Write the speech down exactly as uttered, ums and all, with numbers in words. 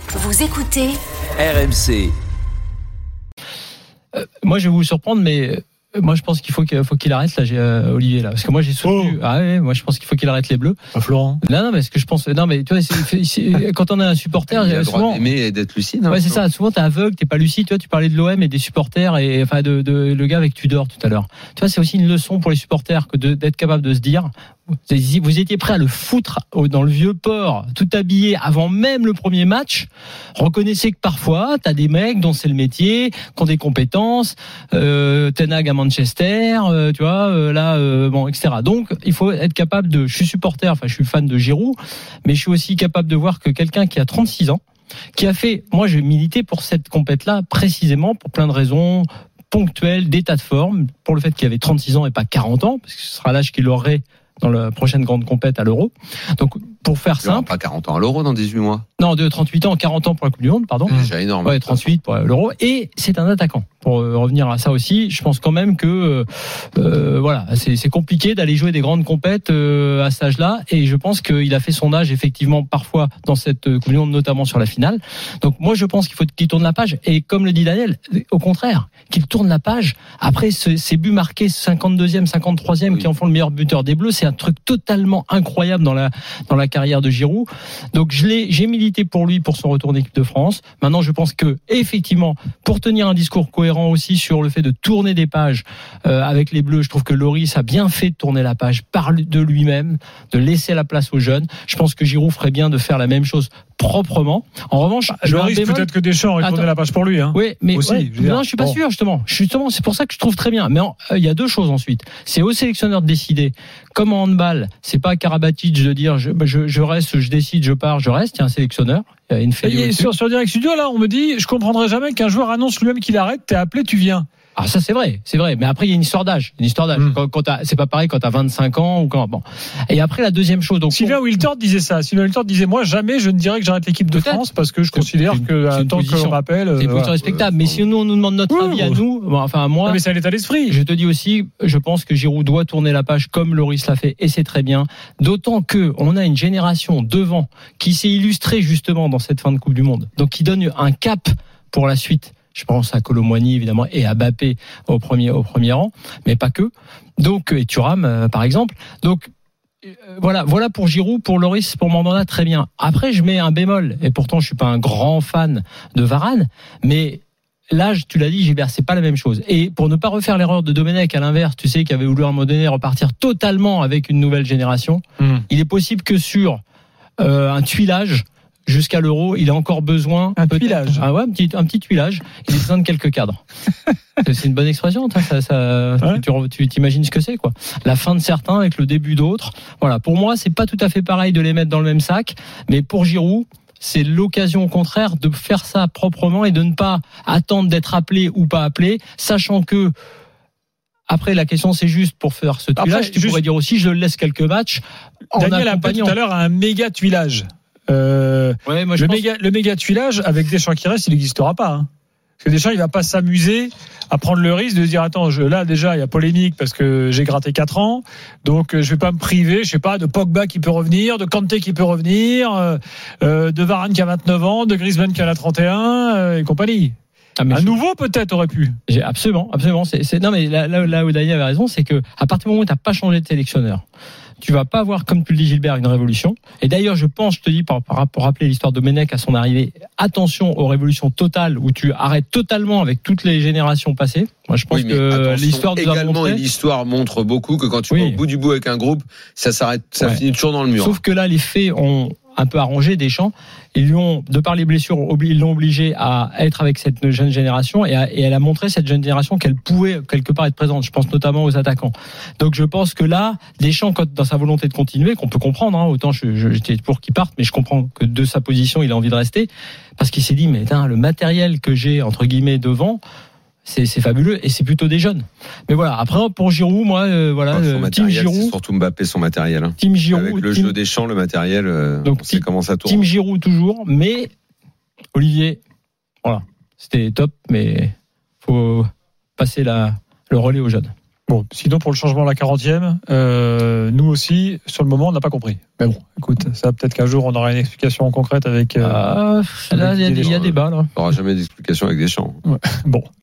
Vous écoutez R M C. Euh, moi, je vais vous surprendre, mais moi, je pense qu'il faut qu'il, faut qu'il arrête là, j'ai, euh, Olivier là, parce que moi, j'ai soutenu. Oh. Ah ouais, moi, je pense qu'il faut qu'il arrête les Bleus. Ah, Florent. Non, non, mais ce que je pense, non, mais tu vois, c'est, c'est, quand on a un supporter, il a le souvent. droit d'aimer et d'être lucide. Hein, ouais, c'est ça. Souvent, t'es aveugle, t'es pas lucide. Tu vois, tu parlais de l'O M et des supporters et enfin de, de le gars avec Tudor tout à l'heure. Tu vois, c'est aussi une leçon pour les supporters que de, d'être capable de se dire. Vous étiez prêt à le foutre dans le vieux port, tout habillé avant même le premier match. Reconnaissez que parfois, t'as des mecs dont c'est le métier, qui ont des compétences, euh, Ten Hag à Manchester, euh, tu vois, euh, là, euh, bon, et cetera. Donc, il faut être capable de. Je suis supporter, enfin, je suis fan de Giroud, mais je suis aussi capable de voir que quelqu'un qui a trente-six ans, qui a fait, moi, j'ai milité pour cette compète-là précisément pour plein de raisons ponctuelles, d'état de forme, pour le fait qu'il avait trente-six ans et pas quarante ans, parce que ce sera l'âge qu'il aurait dans la prochaine grande compète à l'Euro. Donc, pour faire simple. Pas quarante ans à l'Euro dans dix-huit mois. Non, de trente-huit ans, quarante ans pour la Coupe du Monde, pardon. C'est déjà énorme. Ouais, trente-huit pour l'Euro. Et c'est un attaquant. Pour euh, revenir à ça aussi, je pense quand même que, euh, voilà, c'est, c'est compliqué d'aller jouer des grandes compètes euh, à cet âge-là. Et je pense qu'il a fait son âge, effectivement, parfois dans cette Coupe du Monde, notamment sur la finale. Donc, moi, je pense qu'il faut qu'il tourne la page. Et comme le dit Daniel, au contraire, qu'il tourne la page. Après, ce, ces buts marqués, cinquante-deuxième, cinquante-troisième, oui, qui en font le meilleur buteur des Bleus, c'est un truc totalement incroyable dans la, dans la carrière de Giroud. Donc, je l'ai, j'ai milité pour lui, pour son retour en équipe de France. Maintenant, je pense que, effectivement, pour tenir un discours cohérent aussi sur le fait de tourner des pages euh, avec les Bleus, je trouve que Lloris a bien fait de tourner la page par de lui-même, de laisser la place aux jeunes. Je pense que Giroud ferait bien de faire la même chose proprement. En revanche, je Lloris, bémol... peut-être que Deschamps aurait tourné la page pour lui. Hein. Oui, mais aussi, ouais, je non, je suis pas bon. sûr justement. Justement, c'est pour ça que je trouve très bien. Mais il euh, y a deux choses ensuite. C'est au sélectionneur de décider. Comme en handball, c'est pas à Karabatic de dire je, je, je reste, je décide, je pars, je reste. Il y a un sélectionneur. Il y a une et sur, sur Direct Studio, là, on me dit, je comprendrai jamais qu'un joueur annonce lui-même qu'il arrête. T'es appelé, tu viens. Ah, ça, c'est vrai, c'est vrai. Mais après, il y a une histoire d'âge. Une histoire d'âge. Mmh. Quand, quand t'as, c'est pas pareil quand t'as vingt-cinq ans ou quand, bon. Et après, la deuxième chose, donc. Sylvain Wiltord disait ça. Sylvain Wiltord disait, moi, jamais je ne dirais que j'arrête l'équipe de France parce que je considère une, que, tant qu'on rappelle. C'est une position respectable. Mais si nous, on nous demande notre oui, avis bon. à nous, bon, enfin, à moi. Non, mais c'est à l'état d'esprit. Je te dis aussi, je pense que Giroud doit tourner la page comme Lloris l'a fait et c'est très bien. D'autant que on a une génération devant qui s'est illustrée justement dans cette fin de Coupe du Monde. Donc, qui donne un cap pour la suite. Je pense à Kolo Muani évidemment et à Mbappé au premier au premier rang, mais pas que. Donc et Thuram euh, par exemple. Donc euh, voilà, voilà pour Giroud, pour Lloris, pour Mandanda, très bien. Après je mets un bémol et pourtant je suis pas un grand fan de Varane, mais l'âge, tu l'as dit, Gilbert, c'est pas la même chose. Et pour ne pas refaire l'erreur de Domenech à l'inverse, tu sais, qui avait voulu à un moment donné repartir totalement avec une nouvelle génération, mmh. il est possible que sur euh, un tuilage jusqu'à l'Euro, il a encore besoin un tuilage. Ah ouais, un petit un petit tuilage. Il a besoin de quelques cadres. C'est une bonne expression, ça, ça ouais. tu, tu t'imagines ce que c'est quoi. La fin de certains avec le début d'autres. Voilà, pour moi, c'est pas tout à fait pareil de les mettre dans le même sac, mais pour Giroud, c'est l'occasion au contraire de faire ça proprement et de ne pas attendre d'être appelé ou pas appelé, sachant que après, la question, c'est juste pour faire ce tuilage. Après, tu juste... pourrais dire aussi, je le laisse quelques matchs. En Daniel a appelé tout à l'heure à un méga tuilage. Euh, ouais, moi, je le, pense... méga, le méga tuilage avec Deschamps qui reste, il n'existera pas. Hein. Parce que Deschamps, il va pas s'amuser à prendre le risque de se dire attends, je, là déjà il y a polémique parce que j'ai gratté quatre ans, donc je vais pas me priver, je sais pas, de Pogba qui peut revenir, de Kanté qui peut revenir, euh, de Varane qui a vingt-neuf ans, de Griezmann qui en a trente et un euh, et compagnie. Ah, un je... nouveau peut-être aurait pu. J'ai absolument, absolument. C'est, c'est... non mais là, là, là où Daniel avait raison, c'est que à partir du moment où t'as pas changé de sélectionneur, tu vas pas avoir, comme tu le dis Gilbert, une révolution. Et d'ailleurs, je pense, je te dis, par, par, pour rappeler l'histoire de Domenech à son arrivée, attention aux révolutions totales où tu arrêtes totalement avec toutes les générations passées. Moi, je pense oui, que l'histoire nous également, a montré. Et l'histoire montre beaucoup que quand tu oui. vas au bout du bout avec un groupe, ça s'arrête, ça ouais. finit toujours dans le mur. Sauf que là, les faits ont un peu arrangé Deschamps. Ils lui ont, de par les blessures, ils l'ont obligé à être avec cette jeune génération et, à, et elle a montré cette jeune génération qu'elle pouvait quelque part être présente. Je pense notamment aux attaquants. Donc je pense que là, Deschamps, quand, dans sa volonté de continuer, qu'on peut comprendre, hein, autant je, je, j'étais pour qu'il parte, mais je comprends que de sa position, il a envie de rester, parce qu'il s'est dit, mais tain, le matériel que j'ai entre guillemets devant, c'est, c'est fabuleux et c'est plutôt des jeunes. Mais voilà, après pour Giroud, moi, euh, voilà, euh, Team Giroud, c'est surtout Mbappé son matériel. Hein. Team Giroud, avec le team... jeu des champs, le matériel, euh, donc, on sait comment ça tourne. Team Giroud toujours, mais Olivier, voilà, c'était top, mais faut passer la, le relais aux jeunes. Bon, sinon pour le changement à la quarantième, euh, nous aussi, sur le moment, on n'a pas compris. Mais bon, écoute, ça peut-être qu'un jour on aura une explication concrète avec. Euh, ah, là, il y a, y a débat là. On n'aura jamais d'explication avec Deschamps. Ouais. Bon.